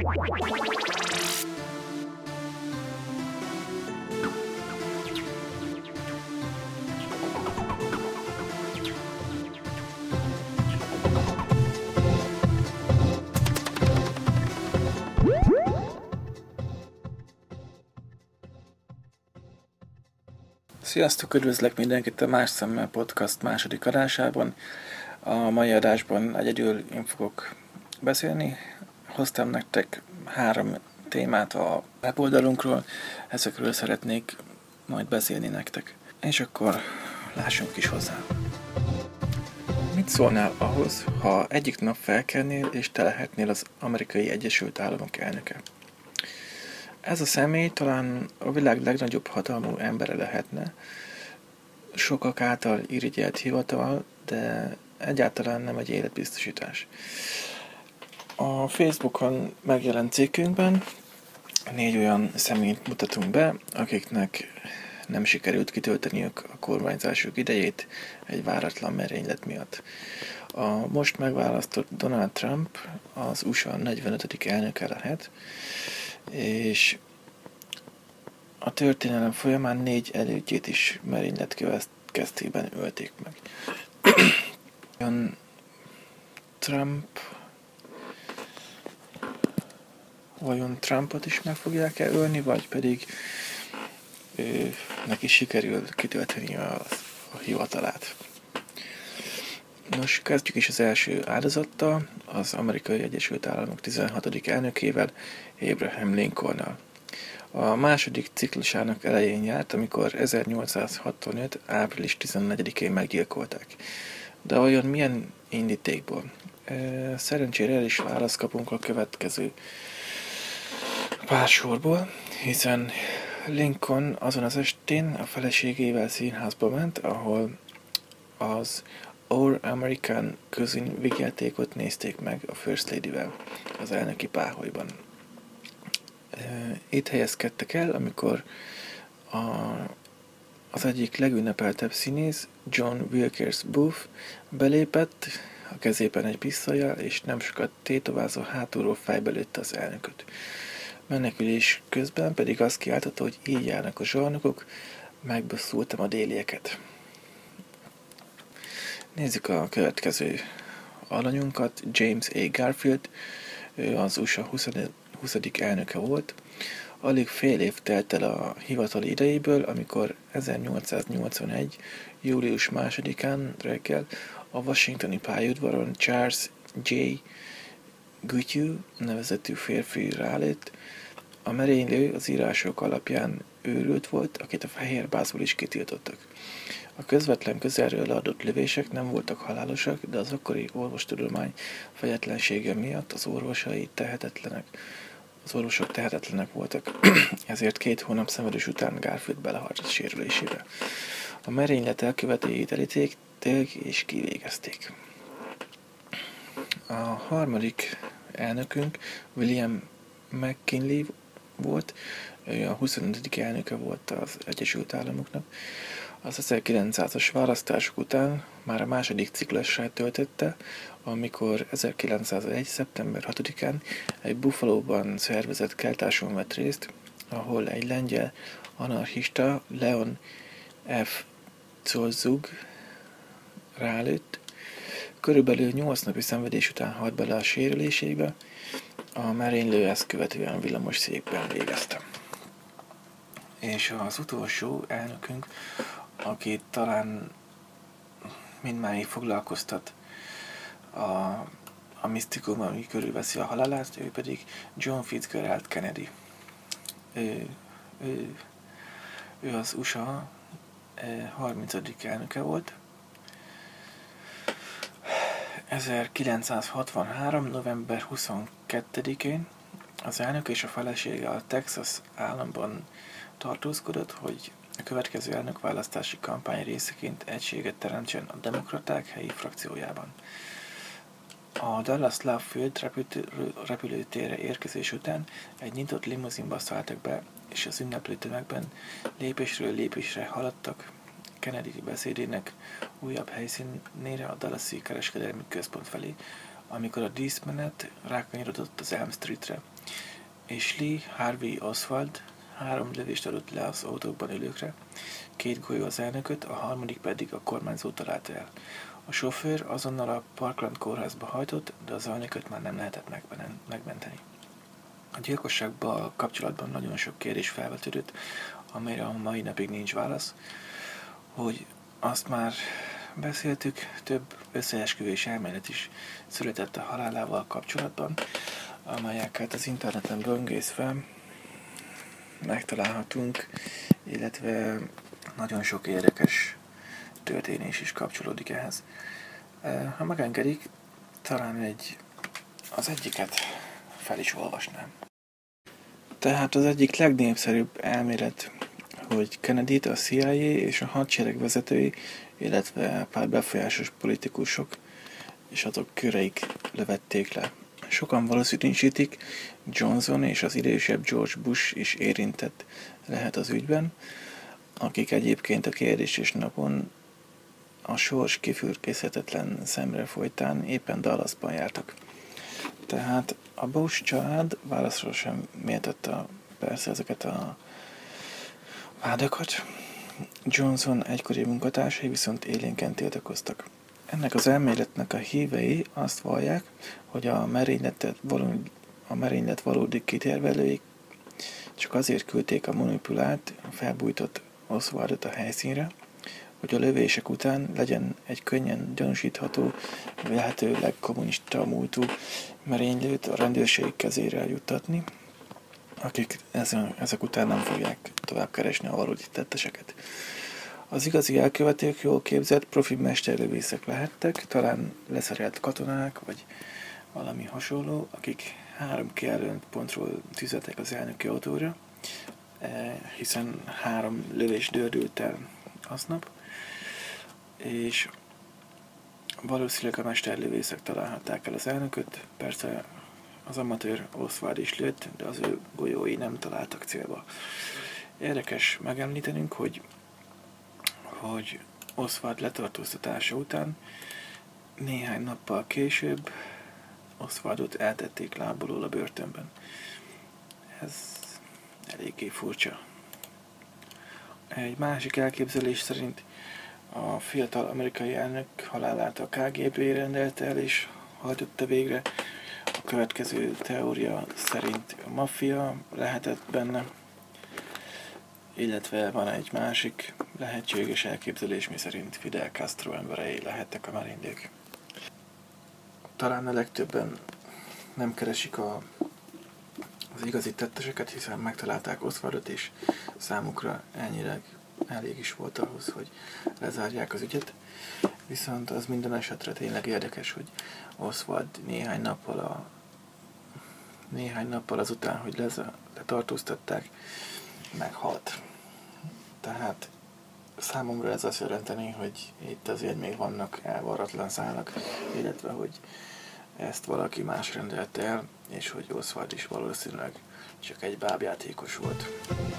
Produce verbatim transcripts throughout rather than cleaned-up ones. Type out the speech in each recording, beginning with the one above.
Sziasztok, üdvözlök mindenkit a Más Szemmel Podcast második adásában. A mai adásban egyedül én fogok beszélni. Hoztam nektek három témát a weboldalunkról, ezekről szeretnék majd beszélni nektek. És akkor lássunk is hozzá. Mit szólnál ahhoz, ha egyik nap felkelnél és te lehetnél az Amerikai Egyesült Államok elnöke? Ez a személy talán a világ legnagyobb hatalmú embere lehetne, sokak által irigyelt hivatal, de egyáltalán nem egy életbiztosítás. A Facebookon megjelent cikkünkben négy olyan személyt mutatunk be, akiknek nem sikerült kitölteniük a kormányzásuk idejét egy váratlan merénylet miatt. A most megválasztott Donald Trump az u es á negyvenötödik elnöke lehet, és a történelem folyamán négy elődjét is merénylet következtében ölték meg. Olyan Trump vajon Trumpot is meg fogják ölni, vagy pedig ő, neki sikerül kitölteni a, a hivatalát. Nos, kezdjük is az első áldozattal, az Amerikai Egyesült Államok tizenhatodik elnökével, Abraham Lincolnnal. A második ciklusának elején járt, amikor ezernyolcszázhatvanöt. április tizennegyedikén meggyilkolták. De vajon milyen indítékból? Szerencsére el is választ kapunk a következő pár sorból, hiszen Lincoln azon az estén a feleségével színházba ment, ahol az Our American Cousin vigyátékot nézték meg a First Lady-vel az elnöki páholyban. Itt helyezkedtek el, amikor a, az egyik legünnepeltebb színész, John Wilkes Booth belépett, a kezében egy pisztollyal, és nem sokat tétovázva hátulról fejbe lőtte az elnököt. Menekülés közben pedig azt kiáltotta, hogy így járnak a zsarnokok, megbosszultam a délieket. Nézzük a következő alanyunkat, James A. Garfield, ő az u es á huszadik elnöke volt. Alig fél év telt el a hivatali idejéből, amikor ezernyolcszáznyolcvanegy. július másodikán reggel a washingtoni pályaudvaron Charles J. Goodhue nevezetű férfi rálőtt. A merénylő az írások alapján őrült volt, akit a fehérbázból is kitiltottak. A közvetlen közelről leadott lövések nem voltak halálosak, de az akkori orvostudomány fejetlensége miatt az orvosai tehetetlenek, az orvosok tehetetlenek voltak, ezért két hónap szenvedés után Garfield belehalt a sérülésébe. A merénylet elkövetőjét elítélték és kivégezték. A harmadik elnökünk William McKinley volt, ő a huszonötödik elnöke volt az Egyesült Államoknak. Az ezerkilencszázas választások után már a második ciklusát töltötte, amikor ezerkilencszázegy. szeptember hatodikán egy Buffalóban szervezett keltáson vett részt, ahol egy lengyel anarchista, Leon F. Zolzug rálőtt. Körülbelül nyolc napi szenvedés után halt bele a sérülésébe, a merénylő ezt követően villamos székben végezte. És az utolsó elnökünk, aki talán mindmáig foglalkoztat a, a misztikum, ami körülveszi a halálát, ő pedig John Fitzgerald Kennedy. Ő, ő, ő az u es á harmincadik elnöke volt. ezerkilencszázhatvanhárom. november huszonkettedikén az elnök és a felesége a Texas államban tartózkodott, hogy a következő elnökválasztási kampány részeként egységet teremtsen a demokraták helyi frakciójában. A Dallas Love Field repülőtérre érkezés után egy nyitott limuzinba szálltak be, és az ünneplő tömegben lépésről lépésre haladtak Kennedy beszédének újabb helyszínére, a Dallasi kereskedelmi központ felé, amikor a díszmenet rákanyarodott az Elm Streetre, és Lee Harvey Oswald három lövést adott le az autókban ülőkre, két golyó az elnököt, a harmadik pedig a kormányzót találta el. A sofőr azonnal a Parkland kórházba hajtott, de az elnököt már nem lehetett megmenteni. A gyilkosságban kapcsolatban nagyon sok kérdés felvetődött, amelyre a mai napig nincs válasz, hogy azt már beszéltük, több összeesküvés elmélet is született a halálával kapcsolatban, amelyeket az interneten böngészve megtalálhatunk, illetve nagyon sok érdekes történés is kapcsolódik ehhez. Ha megengedik, talán egy, az egyiket fel is olvasnám. Tehát az egyik legnépszerűbb elmélet, hogy Kennedyt a C I A és a hadsereg vezetői, illetve pár befolyásos politikusok és azok köreik lövették le. Sokan valószínűsítik, Johnson és az idősebb George Bush is érintett lehet az ügyben, akik egyébként a kérdéses napon a sors kifürkészhetetlen szemre folytán éppen Dallasban jártak. Tehát a Bush család válaszról sem méltatta persze ezeket a vádakat. Johnson egykori munkatársai viszont élénken tiltakoztak. Ennek az elméletnek a hívei azt vallják, hogy a merényletet valódi, a merénylet valódi kitérvelőik csak azért küldték a manipulált, felbújtott Oswaldot a helyszínre, hogy a lövések után legyen egy könnyen gyanúsítható, lehetőleg kommunista múltú merénylőt a rendőrség kezére juttatni, akik ezek után nem fogják tovább keresni a valódi tetteseket. Az igazi elkövetők jól képzett profi mesterlövészek lehettek, talán leszerelt katonák, vagy valami hasonló, akik három kijelölt pontról tüzeltek az elnöki autóra, hiszen három lövés dördült el aznap, és valószínűleg a mesterlövészek találhatták el az elnököt, persze az amatőr Oswald is lőtt, de az ő golyói nem találtak célba. Érdekes megemlítenünk, hogy, hogy Oswald letartóztatása után néhány nappal később Oswaldot eltették lábalól a börtönben. Ez eléggé furcsa. Egy másik elképzelés szerint a fiatal amerikai elnök halálát a K G B rendelte el és hajtotta végre. A következő teória szerint a maffia lehetett benne, illetve van egy másik lehetséges elképzelés, miszerint Fidel Castro emberei lehettek a merénylők. Talán a legtöbben nem keresik a, az igazi tetteseket, hiszen megtalálták Oswaldot, és számukra ennyire elég is volt ahhoz, hogy lezárják az ügyet. Viszont az minden esetre tényleg érdekes, hogy Oswald néhány nappal, a, néhány nappal azután, hogy leze, letartóztatták, meghalt. Tehát számomra ez azt jelenteni, hogy itt azért még vannak elvarratlan szálak, illetve hogy ezt valaki más rendelte el, és hogy Oswald is valószínűleg csak egy bábjátékos volt.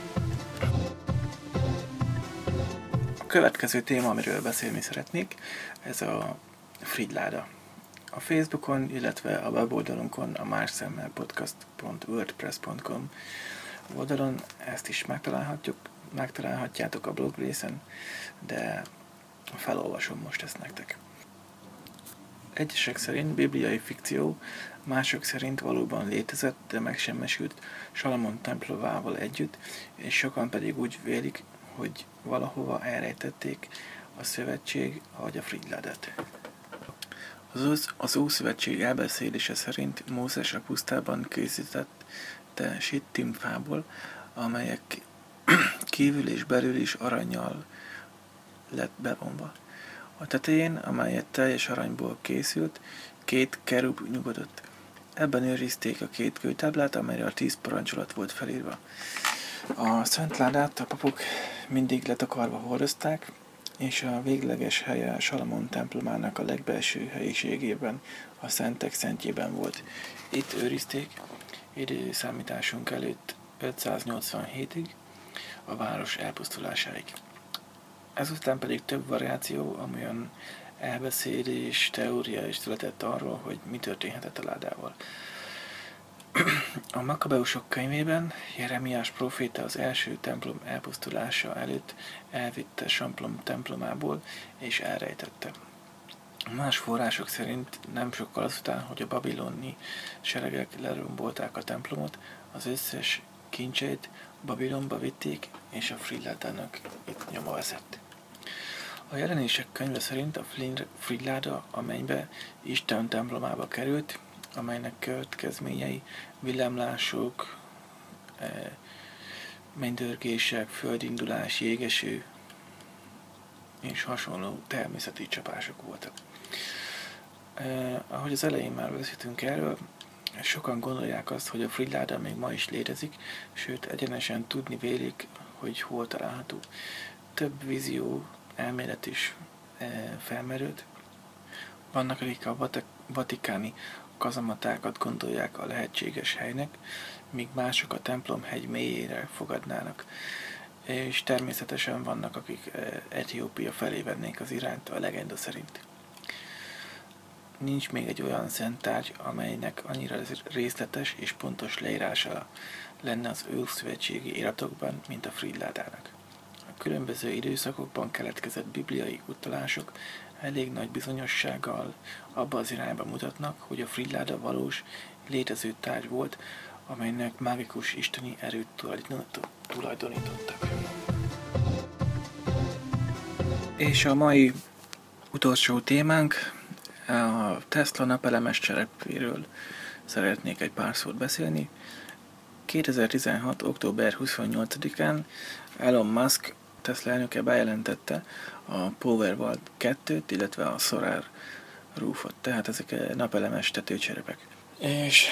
A következő téma, amiről beszélni szeretnék, ez a Frigyláda. A Facebookon, illetve a weboldalunkon, a másszemmel podcast pont wordpress pont com oldalon ezt is megtalálhatjuk, megtalálhatjátok a blog részen, de felolvasom most ezt nektek. Egyesek szerint bibliai fikció, mások szerint valóban létezett, de megsemmisült Salamon templomával együtt, és sokan pedig úgy vélik, hogy valahova elrejtették a szövetség, vagy a Frigyládát. Az, az Ószövetség elbeszélése szerint Mózes a pusztában készítette sittim fából, amelyek kívül és belül is arannyal lett bevonva. A tetején, amelyet teljes aranyból készült, két kerub nyugodott. Ebben őrizték a két kőtáblát, amelyre a tíz parancsolat volt felírva. A Szentládát a papok mindig letakarva hordozták, és a végleges helye Salamon templomának a legbelső helyiségében, a Szentek Szentjében volt. Itt őrizték időszámításunk előtt ötszáznyolcvanhétig, a város elpusztulásáig. Ezután pedig több variáció, amolyan elbeszélés, teória is született arról, hogy mi történhetett a ládával. A Makabeusok könyvében Jeremiás próféta az első templom elpusztulása előtt elvitte Samplom templomából és elrejtette. Más források szerint nem sokkal azután, hogy a babiloni seregek lerombolták a templomot, az összes kincseit Babilonba vitték, és a Frilládának itt nyoma veszett. A Jelenések könyve szerint a Frilláda a mennybe Isten templomába került, amelynek következményei villámlások, mennydörgések, földindulás, jégeső és hasonló természeti csapások voltak. Eh, ahogy az elején már beszéltünk erről, sokan gondolják azt, hogy a Frilláda még ma is létezik, sőt egyenesen tudni vélik, hogy hol található. Több vízió, elmélet is eh, felmerült. Vannak, akik a vatikáni kazamatákat gondolják a lehetséges helynek, míg mások a templom hegy mélyére fogadnának. És természetesen vannak, akik Etiópia felé vennék az irányt a legenda szerint. Nincs még egy olyan szenttárgy, amelynek annyira részletes és pontos leírása lenne az őszszövetségi iratokban, mint a Frilládának. A különböző időszakokban keletkezett bibliai utalások elég nagy bizonyossággal abba az irányba mutatnak, hogy a Frilláda valós, létező tárgy volt, amelynek mágikus isteni erőt tulajdonítottak. És a mai utolsó témánk, a Tesla napelemes cserepéről szeretnék egy pár szót beszélni. kétezer-tizenhat. október huszonnyolcadikán Elon Musk, Tesla elnöke bejelentette a Powerwall kettőt, illetve a Solar Roofot, tehát ezek napelemes tetőcserepek. És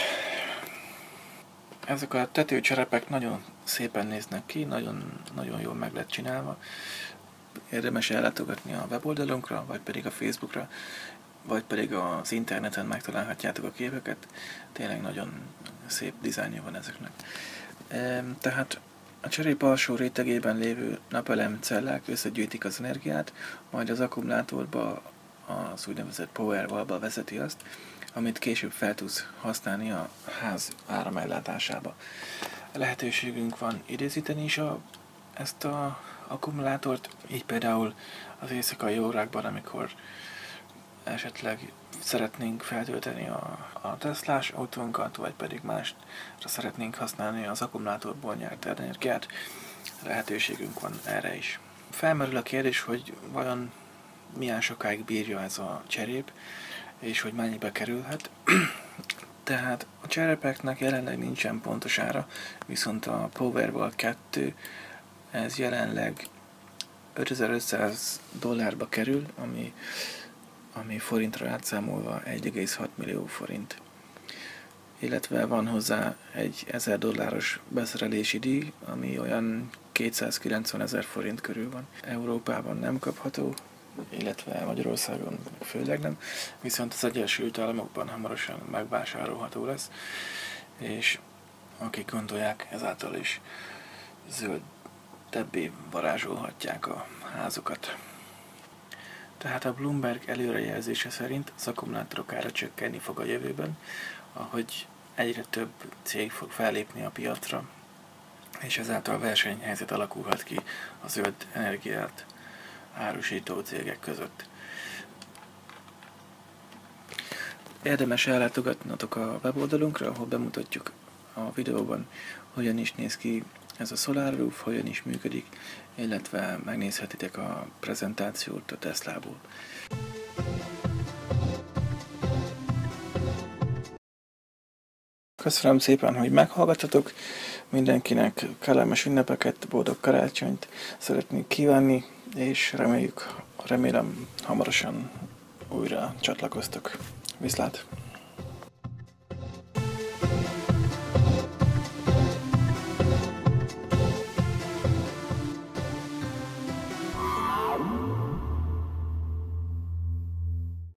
ezek a tetőcserepek nagyon szépen néznek ki, nagyon, nagyon jól meg lett csinálva. Érdemes ellátogatni a weboldalunkra, vagy pedig a Facebookra, vagy pedig az interneten megtalálhatjátok a képeket. Tényleg nagyon szép dizájnja van ezeknek. Tehát a cserép alsó rétegében lévő napelem cellák összegyűjtik az energiát, majd az akkumulátorba, az úgynevezett Powerwallba vezeti azt, amit később fel tudsz használni a ház áramellátásába. Lehetőségünk van időzíteni is a, ezt az akkumulátort, így például az éjszakai órákban, amikor esetleg szeretnénk feltölteni a, a Teslás autónkat, vagy pedig másra szeretnénk használni az akkumulátorból nyert energiát, lehetőségünk van erre is. Felmerül a kérdés, hogy vajon milyen sokáig bírja ez a cserép, és hogy mennyibe kerülhet. Tehát a cserepeknek jelenleg nincsen pontos ára, viszont a Powerwall kettő ez jelenleg ötezer-ötszáz dollárba kerül, ami, ami forintra átszámolva egy egész hat millió forint. Illetve van hozzá egy ezer dolláros beszerelési díj, ami olyan kétszázkilencvenezer forint körül van. Európában nem kapható, illetve Magyarországon főleg nem, viszont az Egyesült Államokban hamarosan megvásárolható lesz, és akik gondolják, ezáltal is zöldebbé varázsolhatják a házukat. Tehát a Bloomberg előrejelzése szerint az akkumulátorok ára csökkenni fog a jövőben, ahogy egyre több cég fog fellépni a piacra, és ezáltal versenyhelyzet alakulhat ki a zöld energiát árusító cégek között. Érdemes ellátogatnatok a weboldalunkra, ahol bemutatjuk a videóban, hogyan is néz ki ez a Solar Roof, hogyan is működik, illetve megnézhetitek a prezentációt a Teslából. Köszönöm szépen, hogy meghallgattatok. Mindenkinek kellemes ünnepeket, boldog karácsonyt szeretnék kívánni, és reméljük, remélem hamarosan újra csatlakoztok. Viszlát!